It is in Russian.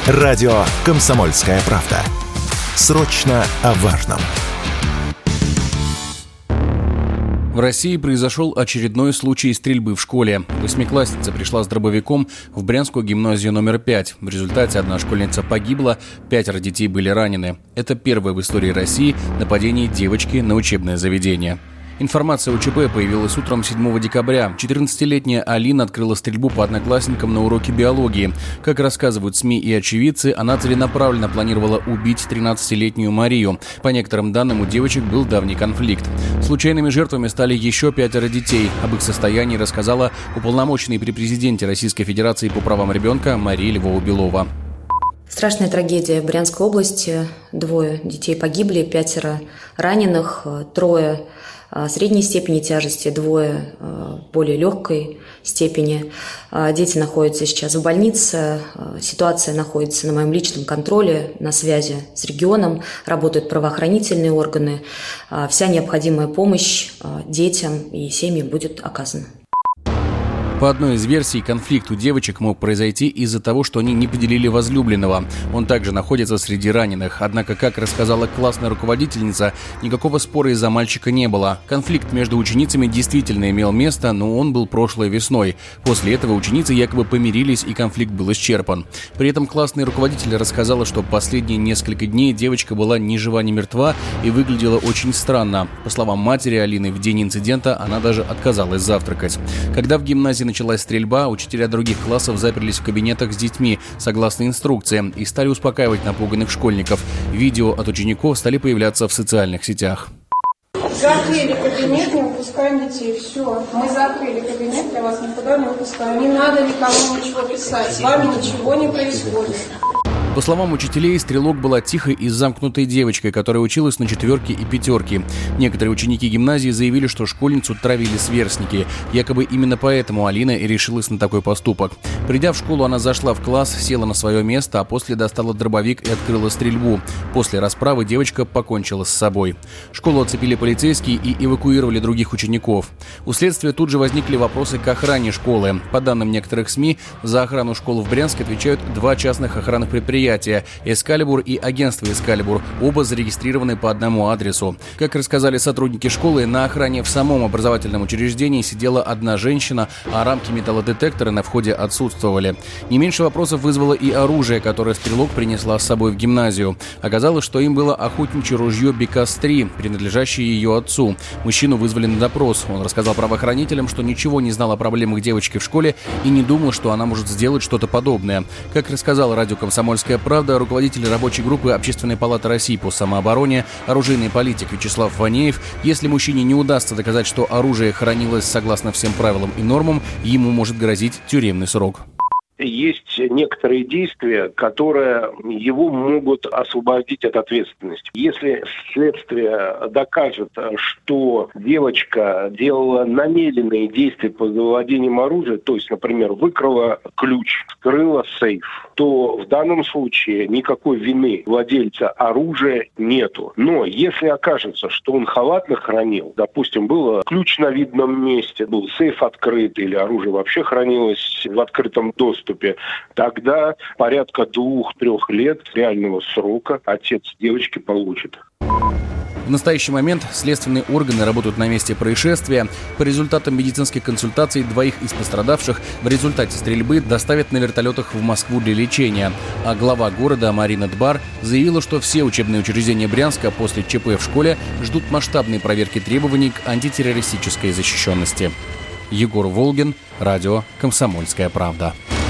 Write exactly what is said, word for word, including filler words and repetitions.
Радио «Комсомольская правда». Срочно о важном. В России произошел очередной случай стрельбы в школе. Восьмиклассница пришла с дробовиком в Брянскую гимназию номер пять. В результате одна школьница погибла, пятеро детей были ранены. Это первое в истории России нападение девочки на учебное заведение. Информация о ЧП появилась утром седьмого декабря. четырнадцатилетняя Алина открыла стрельбу по одноклассникам на уроке биологии. Как рассказывают СМИ и очевидцы, она целенаправленно планировала убить тринадцатилетнюю Марию. По некоторым данным, у девочек был давний конфликт. Случайными жертвами стали еще пятеро детей. Об их состоянии рассказала уполномоченный при президенте Российской Федерации по правам ребенка Мария Львова-Белова. Страшная трагедия в Брянской области. Двое детей погибли, пятеро раненых, трое средней степени тяжести, двое более легкой степени. Дети находятся сейчас в больнице. Ситуация находится на моем личном контроле, на связи с регионом. Работают правоохранительные органы. Вся необходимая помощь детям и семьям будет оказана. По одной из версий, конфликт у девочек мог произойти из-за того, что они не поделили возлюбленного. Он также находится среди раненых. Однако, как рассказала классная руководительница, никакого спора из-за мальчика не было. Конфликт между ученицами действительно имел место, но он был прошлой весной. После этого ученицы якобы помирились и конфликт был исчерпан. При этом классная руководитель рассказала, что последние несколько дней девочка была ни жива, ни мертва и выглядела очень странно. По словам матери Алины, в день инцидента она даже отказалась завтракать. Когда в гимназии началась стрельба, учителя других классов заперлись в кабинетах с детьми, согласно инструкциям, и стали успокаивать напуганных школьников. Видео от учеников стали появляться в социальных сетях. Закрыли кабинет, не выпускаем детей. Все, мы закрыли кабинет, я вас никуда не выпускаю. Не надо никому ничего писать, с вами ничего не происходит. По словам учителей, стрелок была тихой и замкнутой девочкой, которая училась на четверке и пятерке. Некоторые ученики гимназии заявили, что школьницу травили сверстники. Якобы именно поэтому Алина и решилась на такой поступок. Придя в школу, она зашла в класс, села на свое место, а после достала дробовик и открыла стрельбу. После расправы девочка покончила с собой. Школу оцепили полицейские и эвакуировали других учеников. У следствия тут же возникли вопросы к охране школы. По данным некоторых СМИ, за охрану школы в Брянске отвечают два частных охранных предприятия. «Эскалибур» и агентство «Эскалибур», оба зарегистрированы по одному адресу. Как рассказали сотрудники школы, на охране в самом образовательном учреждении сидела одна женщина, а рамки металлодетектора на входе отсутствовали. Не меньше вопросов вызвало и оружие, которое стрелок принесла с собой в гимназию. Оказалось, что им было охотничье ружье Бекас три, принадлежащее ее отцу. Мужчину вызвали на допрос. Он рассказал правоохранителям, что ничего не знал о проблемах девочки в школе и не думал, что она может сделать что-то подобное. Как рассказал радио «Комсомольская правда», руководитель рабочей группы Общественной палаты России по самообороне, оружейный политик Вячеслав Ванеев, если мужчине не удастся доказать, что оружие хранилось согласно всем правилам и нормам, ему может грозить тюремный срок. Есть некоторые действия, которые его могут освободить от ответственности. Если следствие докажет, что девочка делала намеренные действия по завладением оружия, то есть, например, выкрала ключ, вскрыла сейф, то в данном случае никакой вины владельца оружия нету. Но если окажется, что он халатно хранил, допустим, был ключ на видном месте, был сейф открыт или оружие вообще хранилось в открытом доступе, тогда порядка двух-трех лет реального срока отец девочки получит. В настоящий момент следственные органы работают на месте происшествия. По результатам медицинских консультаций двоих из пострадавших в результате стрельбы доставят на вертолетах в Москву для лечения. А глава города Марина Дбар заявила, что все учебные учреждения Брянска после ЧП в школе ждут масштабной проверки требований к антитеррористической защищенности. Егор Волгин, радио «Комсомольская правда».